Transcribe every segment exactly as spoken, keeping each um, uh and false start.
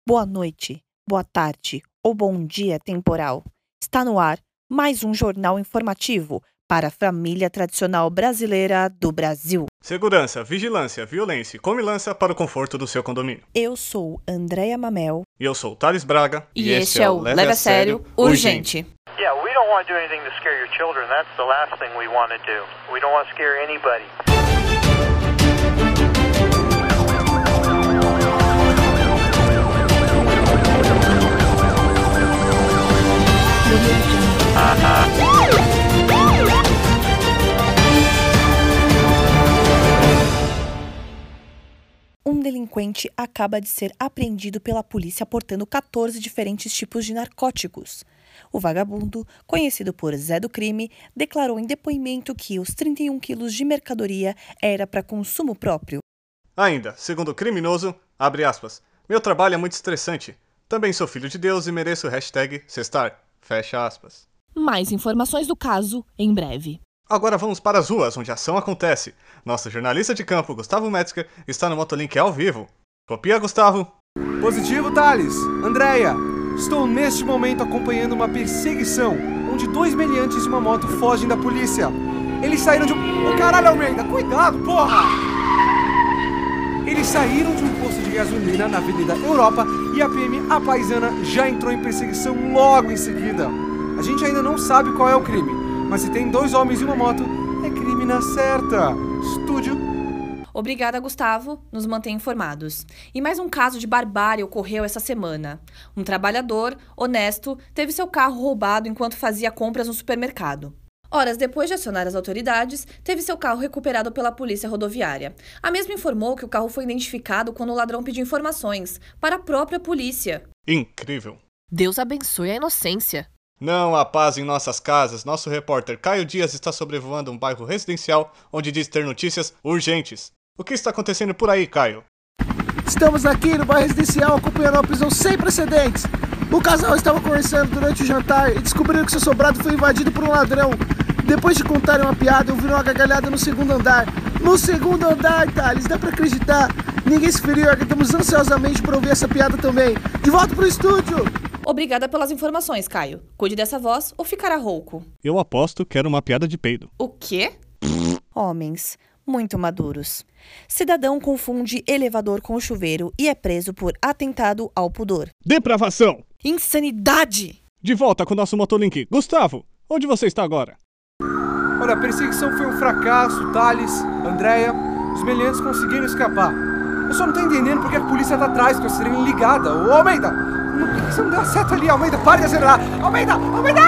Boa noite, boa tarde ou bom dia temporal. Está no ar mais um jornal informativo para a família tradicional brasileira do Brasil. Segurança, vigilância, violência e comilança para o conforto do seu condomínio. Eu sou Andréia Mamel. E eu sou Thales Braga. E, e este é o Leve a Sério Urgente. Yeah, we don't want to do anything to scare your children. That's the last thing we want to do. We don't want to scare anybody. Um delinquente acaba de ser apreendido pela polícia portando quatorze diferentes tipos de narcóticos. O vagabundo, conhecido por Zé do Crime, declarou em depoimento que os trinta e um quilos de mercadoria era para consumo próprio. Ainda, segundo o criminoso, abre aspas, meu trabalho é muito estressante. Também sou filho de Deus e mereço o hashtag cestar. Fecha aspas. Mais informações do caso em breve. Agora vamos para as ruas, onde a ação acontece. Nosso jornalista de campo, Gustavo Metzger, está no Motolink ao vivo. Copia, Gustavo. Positivo, Thales. Andréia, estou neste momento acompanhando uma perseguição, onde dois meliantes de uma moto fogem da polícia. Eles saíram de um... Oh, caralho, Almeida, cuidado, porra! Eles saíram de um posto de gasolina na Avenida Europa e a P M apaisana já entrou em perseguição logo em seguida. A gente ainda não sabe qual é o crime, mas se tem dois homens e uma moto, é crime na certa. Estúdio. Obrigada, Gustavo. Nos mantém informados. E mais um caso de barbárie ocorreu essa semana. Um trabalhador, honesto, teve seu carro roubado enquanto fazia compras no supermercado. Horas depois de acionar as autoridades, teve seu carro recuperado pela polícia rodoviária. A mesma informou que o carro foi identificado quando o ladrão pediu informações para a própria polícia. Incrível. Deus abençoe a inocência. Não há paz em nossas casas. Nosso repórter Caio Dias está sobrevoando um bairro residencial onde diz ter notícias urgentes. O que está acontecendo por aí, Caio? Estamos aqui no bairro residencial acompanhando uma prisão sem precedentes. O casal estava conversando durante o jantar e descobriram que seu sobrado foi invadido por um ladrão. Depois de contarem uma piada, ouviram uma gargalhada no segundo andar. No segundo andar, Thales, dá pra acreditar. Ninguém se feriu, aguardamos ansiosamente para ouvir essa piada também. De volta pro estúdio! Obrigada pelas informações, Caio. Cuide dessa voz ou ficará rouco. Eu aposto que era uma piada de peido. O quê? Homens muito maduros. Cidadão confunde elevador com chuveiro e é preso por atentado ao pudor. Depravação! Insanidade! De volta com o nosso Motolink. Gustavo, onde você está agora? Olha, a perseguição foi um fracasso, Thales, Andréia. Os meliantes conseguiram escapar. Eu só não tô entendendo porque a polícia tá atrás com a sirene ligada. Ô, Almeida, por que você não deu certo ali, Almeida? Para de acelerar! Almeida! Almeida!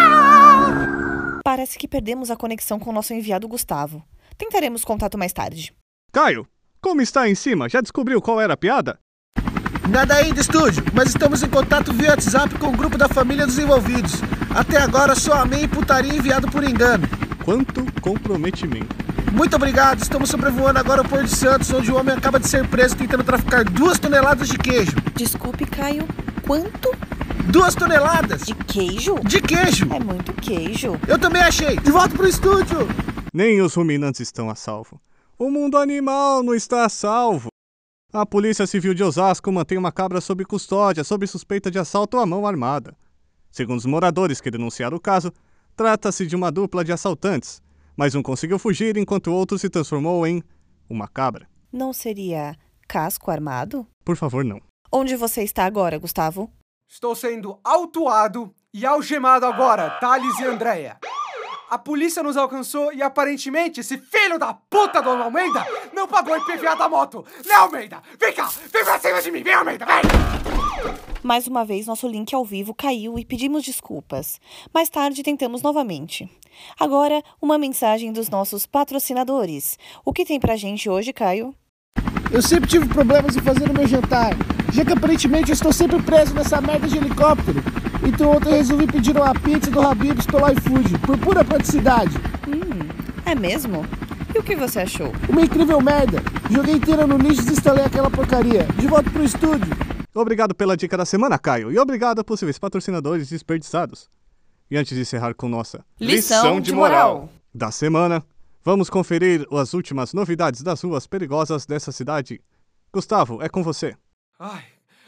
Parece que perdemos a conexão com o nosso enviado Gustavo. Tentaremos contato mais tarde. Caio, como está aí em cima? Já descobriu qual era a piada? Nada ainda, estúdio, mas estamos em contato via WhatsApp com o grupo da família dos envolvidos. Até agora só amém e putaria enviado por engano. Quanto comprometimento. Muito obrigado, estamos sobrevoando agora o Porto de Santos, onde o homem acaba de ser preso tentando traficar duas toneladas de queijo. Desculpe, Caio, quanto? Duas toneladas! De queijo? De queijo! É muito queijo. Eu também achei! De volta pro estúdio! Nem os ruminantes estão a salvo. O mundo animal não está a salvo. A Polícia Civil de Osasco mantém uma cabra sob custódia, sob suspeita de assalto à mão armada. Segundo os moradores que denunciaram o caso, trata-se de uma dupla de assaltantes, mas um conseguiu fugir enquanto o outro se transformou em uma cabra. Não seria casco armado? Por favor, não. Onde você está agora, Gustavo? Estou sendo autuado e algemado agora, Thales e Andréia. A polícia nos alcançou e aparentemente esse filho da puta do Almeida não pagou o I P V A da moto. Né, Almeida? Vem cá, vem pra cima de mim, vem, Almeida, vem! Mais uma vez, nosso link ao vivo caiu e pedimos desculpas. Mais tarde, tentamos novamente. Agora, uma mensagem dos nossos patrocinadores. O que tem pra gente hoje, Caio? Eu sempre tive problemas em fazer o meu jantar, já que aparentemente eu estou sempre preso nessa merda de helicóptero. Então ontem eu resolvi pedir uma pizza do Habib's pelo iFood, por pura praticidade. Hum, é mesmo? E o que você achou? Uma incrível merda. Joguei inteira no lixo e desinstalei aquela porcaria. De volta pro estúdio. Obrigado pela dica da semana, Caio. E obrigado a possíveis patrocinadores desperdiçados. E antes de encerrar com nossa Lição, Lição de moral. moral da semana, vamos conferir as últimas novidades das ruas perigosas dessa cidade. Gustavo, é com você. Ai,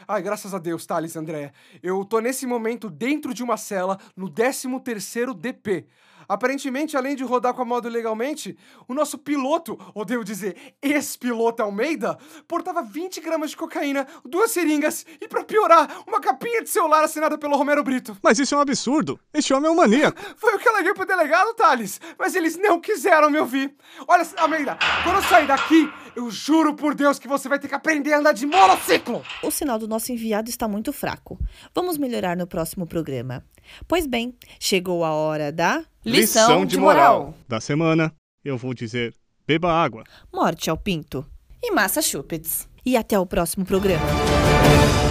Ai, graças a Deus, Thales e Andréia. Eu tô nesse momento dentro de uma cela no décimo terceiro D P. Aparentemente, além de rodar com a moto ilegalmente, o nosso piloto, ou devo dizer, ex-piloto Almeida, portava vinte gramas de cocaína, duas seringas e, pra piorar, uma capinha de celular assinada pelo Romero Brito. Mas isso é um absurdo. Este homem é um maníaco. Foi o que eu aleguei pro delegado, Thales, mas eles não quiseram me ouvir. Olha, Almeida, quando eu sair daqui, eu juro por Deus que você vai ter que aprender a andar de monociclo. O sinal do nosso enviado está muito fraco. Vamos melhorar no próximo programa. Pois bem, chegou a hora da... Lição de moral. Da semana, eu vou dizer, beba água. Morte ao pinto. E massa Chuppets. E até o próximo programa.